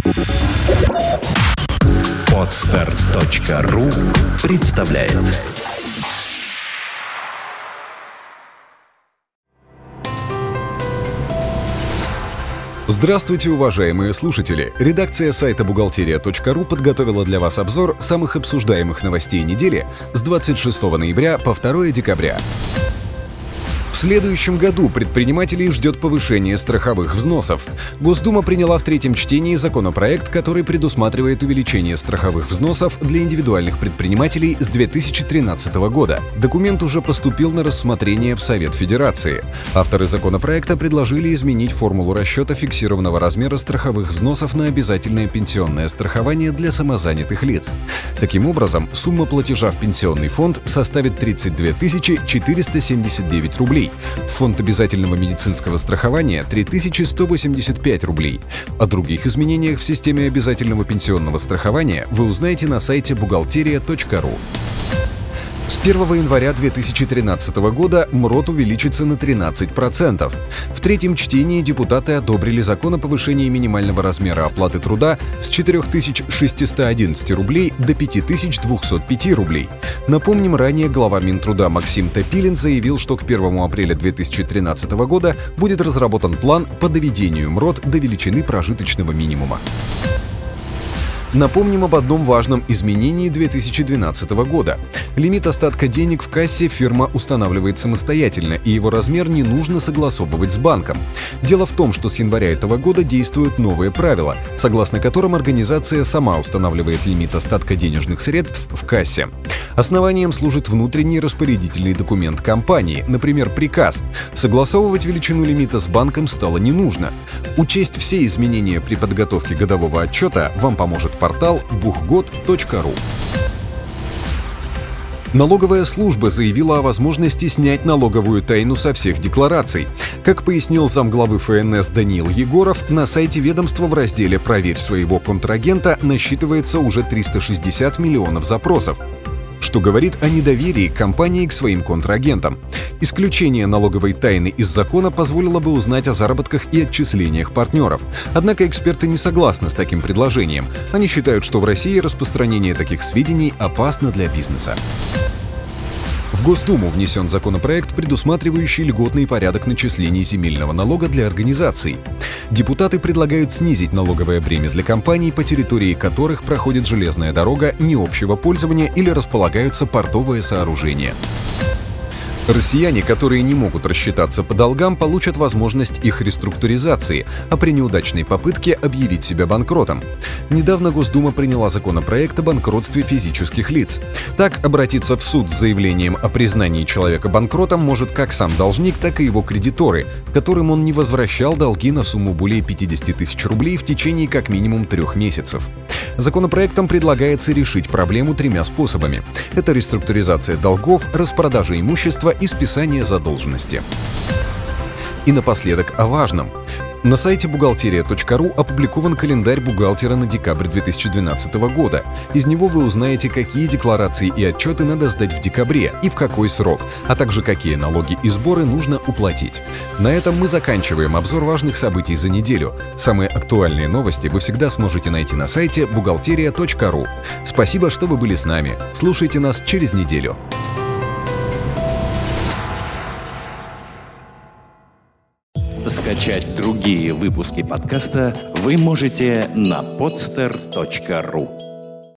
Podster.ru представляет. Здравствуйте, уважаемые слушатели! Редакция сайта бухгалтерия.ру подготовила для вас обзор самых обсуждаемых новостей недели с 26 ноября по 2 декабря. В следующем году предпринимателей ждет повышение страховых взносов. Госдума приняла в третьем чтении законопроект, который предусматривает увеличение страховых взносов для индивидуальных предпринимателей с 2013 года. Документ уже поступил на рассмотрение в Совет Федерации. Авторы законопроекта предложили изменить формулу расчета фиксированного размера страховых взносов на обязательное пенсионное страхование для самозанятых лиц. Таким образом, сумма платежа в пенсионный фонд составит 32 479 рублей. В фонд обязательного медицинского страхования – 3185 рублей. О других изменениях в системе обязательного пенсионного страхования вы узнаете на сайте бухгалтерия.ру. С 1 января 2013 года МРОТ увеличится на 13%. В третьем чтении депутаты одобрили закон о повышении минимального размера оплаты труда с 4611 рублей до 5205 рублей. Напомним, ранее глава Минтруда Максим Топилин заявил, что к 1 апреля 2013 года будет разработан план по доведению МРОТ до величины прожиточного минимума. Напомним об одном важном изменении 2012 года. Лимит остатка денег в кассе фирма устанавливает самостоятельно, и его размер не нужно согласовывать с банком. Дело в том, что с января этого года действуют новые правила, согласно которым организация сама устанавливает лимит остатка денежных средств в кассе. Основанием служит внутренний распорядительный документ компании, например, приказ. Согласовывать величину лимита с банком стало не нужно. Учесть все изменения при подготовке годового отчета вам поможет портал buchgod.ru. Налоговая служба заявила о возможности снять налоговую тайну со всех деклараций. Как пояснил замглавы ФНС Даниил Егоров, на сайте ведомства в разделе «Проверь своего контрагента» насчитывается уже 360 миллионов запросов, что говорит о недоверии компании к своим контрагентам. Исключение налоговой тайны из закона позволило бы узнать о заработках и отчислениях партнеров. Однако эксперты не согласны с таким предложением. Они считают, что в России распространение таких сведений опасно для бизнеса. В Госдуму внесен законопроект, предусматривающий льготный порядок начислений земельного налога для организаций. Депутаты предлагают снизить налоговое бремя для компаний, по территории которых проходит железная дорога не общего пользования или располагаются портовые сооружения. Россияне, которые не могут рассчитаться по долгам, получат возможность их реструктуризации, а при неудачной попытке объявить себя банкротом. Недавно Госдума приняла законопроект о банкротстве физических лиц. Так, обратиться в суд с заявлением о признании человека банкротом может как сам должник, так и его кредиторы, которым он не возвращал долги на сумму более 50 тысяч рублей в течение как минимум 3 месяцев. Законопроектом предлагается решить проблему 3 способами. Это реструктуризация долгов, распродажа имущества и списание задолженности. И напоследок о важном. На сайте бухгалтерия.ру опубликован календарь бухгалтера на декабрь 2012 года. Из него вы узнаете, какие декларации и отчеты надо сдать в декабре и в какой срок, а также какие налоги и сборы нужно уплатить. На этом мы заканчиваем обзор важных событий за неделю. Самые актуальные новости вы всегда сможете найти на сайте бухгалтерия.ру. Спасибо, что вы были с нами. Слушайте нас через неделю. Скачать другие выпуски подкаста вы можете на podster.ru.